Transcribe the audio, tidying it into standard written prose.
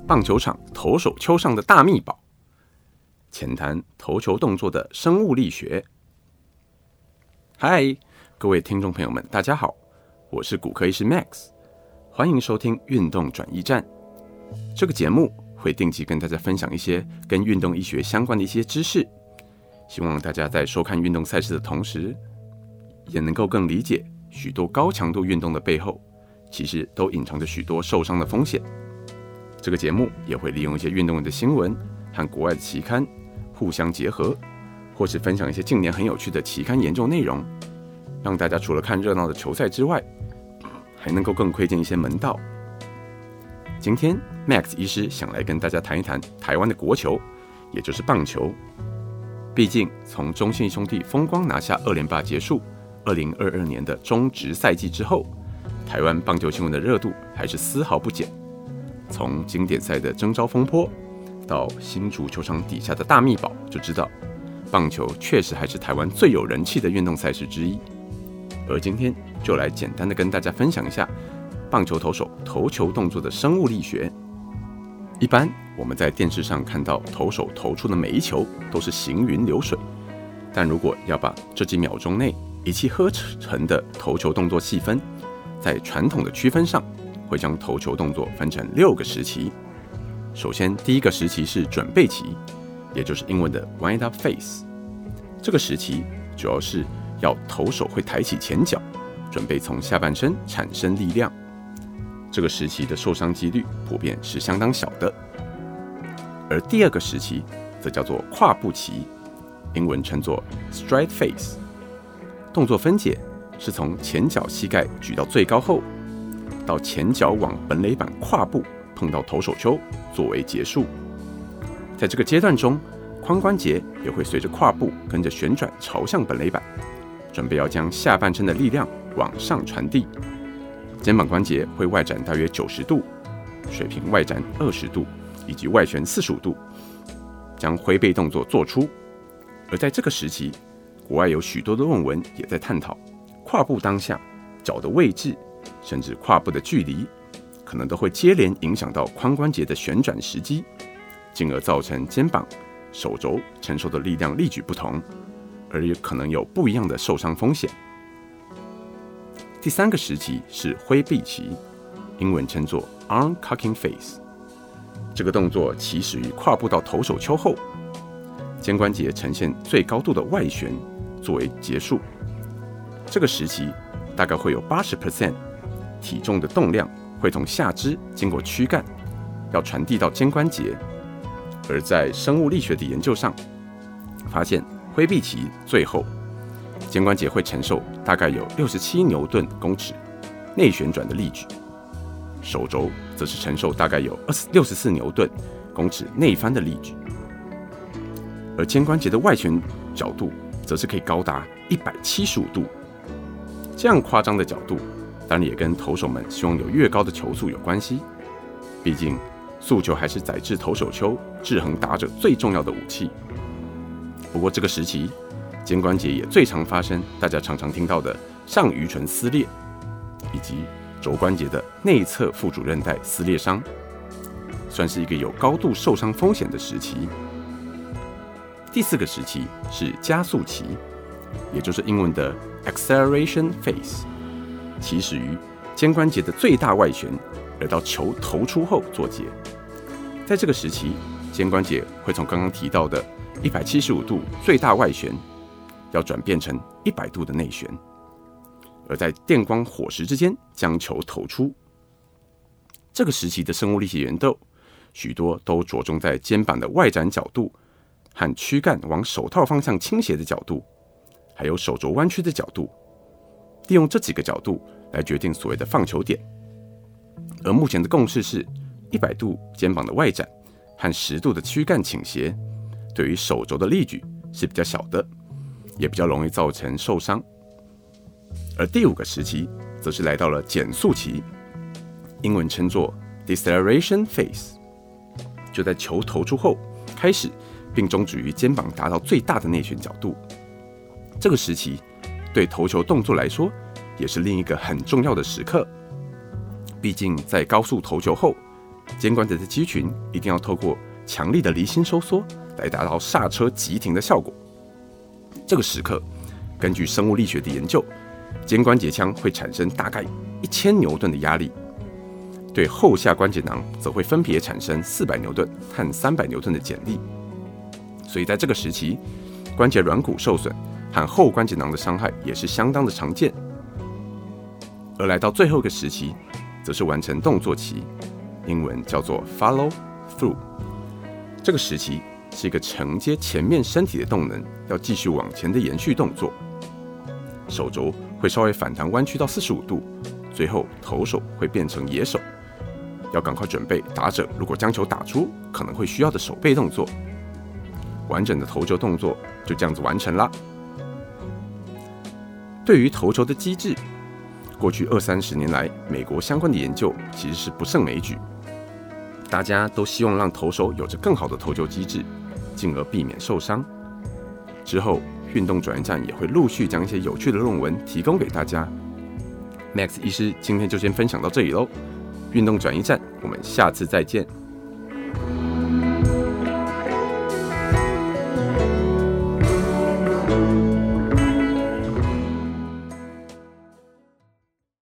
棒球场投手丘上的大秘宝，浅谈投球动作的生物力学。嗨，各位听众朋友们，大家好，我是骨科医师 Max， 欢迎收听运动转驿站。这个节目会定期跟大家分享一些跟运动医学相关的一些知识，希望大家在收看运动赛事的同时，也能够更理解许多高强度运动的背后，其实都隐藏着许多受伤的风险。这个节目也会利用一些运动的新闻和国外的期刊互相结合，或是分享一些近年很有趣的期刊研究内容，让大家除了看热闹的球赛之外，还能够更窥见一些门道。今天 Max 医师想来跟大家谈一谈台湾的国球，也就是棒球。毕竟从中信兄弟风光拿下2连霸结束2022年的中职赛季之后，台湾棒球新闻的热度还是丝毫不减。从经典赛的征召风波，到新竹球场底下的大秘宝，就知道棒球确实还是台湾最有人气的运动赛事之一。而今天就来简单的跟大家分享一下棒球投手投球动作的生物力学。一般我们在电视上看到投手投出的每一球都是行云流水，但如果要把这几秒钟内一气呵成的投球动作细分，在传统的区分上，会将投球动作分成6个时期。首先，第一个时期是准备期，也就是英文的 wind up phase。这个时期主要是要投手会抬起前脚，准备从下半身产生力量。这个时期的受伤几率普遍是相当小的。而第二个时期则叫做跨步期，英文称作 stride phase。动作分解是从前脚膝盖举到最高后，到前脚往本垒板跨步碰到投手丘作为结束。在这个阶段中，髋关节也会随着跨步跟着旋转朝向本垒板，准备要将下半身的力量往上传递。肩膀关节会外展大约90度，水平外展20度，以及外旋45度，将挥背动作做出。而在这个时期，国外有许多的论文也在探讨跨步当下脚的位置，甚至跨步的距离，可能都会接连影响到髋关节的旋转时机，进而造成肩膀、手肘承受的力量力矩不同，而也可能有不一样的受伤风险。第三个时期是挥臂期，英文称作 arm cocking phase。这个动作起始于跨步到投手丘后，肩关节呈现最高度的外旋作为结束。这个时期大概会有 80% 体重的动量会从下肢经过躯干，要传递到肩关节。而在生物力学的研究上，发现挥臂期最后，肩关节会承受大概有67牛顿公尺内旋转的力矩，手肘则是承受大概有64牛顿公尺内翻的力矩。而肩关节的外旋角度则是可以高达175度。这样夸张的角度，当然也跟投手们希望有越高的球速有关系。毕竟速球还是载至投手丘制衡打者最重要的武器。不过这个时期，肩关节也最常发生大家常常听到的上盂唇撕裂，以及肘关节的内侧附主韧带撕裂伤，算是一个有高度受伤风险的时期。第四个时期是加速期，也就是英文的 acceleration phase， 起始于肩关节的最大外旋，而到球投出后作结。在这个时期，肩关节会从刚刚提到的175度最大外旋，要转变成100度的内旋，而在电光火石之间将球投出。这个时期的生物力学研究，许多都着重在肩膀的外展角度和躯干往手套方向倾斜的角度，还有手肘弯曲的角度，利用这几个角度来决定所谓的放球点。而目前的共识是，100度肩膀的外展和10度的躯干倾斜，对于手肘的力矩是比较小的，也比较容易造成受伤。而第5个时期则是来到了减速期，英文称作 deceleration phase， 就在球投出后开始，并终止于肩膀达到最大的内旋角度。这个时期对投球动作来说也是另一个很重要的时刻，毕竟在高速投球后， 肩关节的肌群一定要透过强力的离心收缩来达到刹车急停的效果。这个时刻，根据生物力学的研究，肩关节腔会产生大概1000牛顿的压力，对后下关节囊则会分别产生400牛顿和300牛顿的剪力。所以在这个时期，关节软骨受损和后关节囊的伤害也是相当的常见。而来到最后一个时期，则是完成动作期，英文叫做 follow through。这个时期是一个承接前面身体的动能要继续往前的延续动作，手肘会稍微反弹弯曲到45度，最后投手会变成野手，要赶快准备打者如果将球打出可能会需要的手背动作。完整的投球动作就这样子完成啦。对于投球的机制，过去20-30年来，美国相关的研究其实是不胜枚举，大家都希望让投手有着更好的投球机制，进而避免受伤。之后，运动转移站也会陆续将一些有趣的论文提供给大家。Max 医师今天就先分享到这里喽，运动转移站，我们下次再见。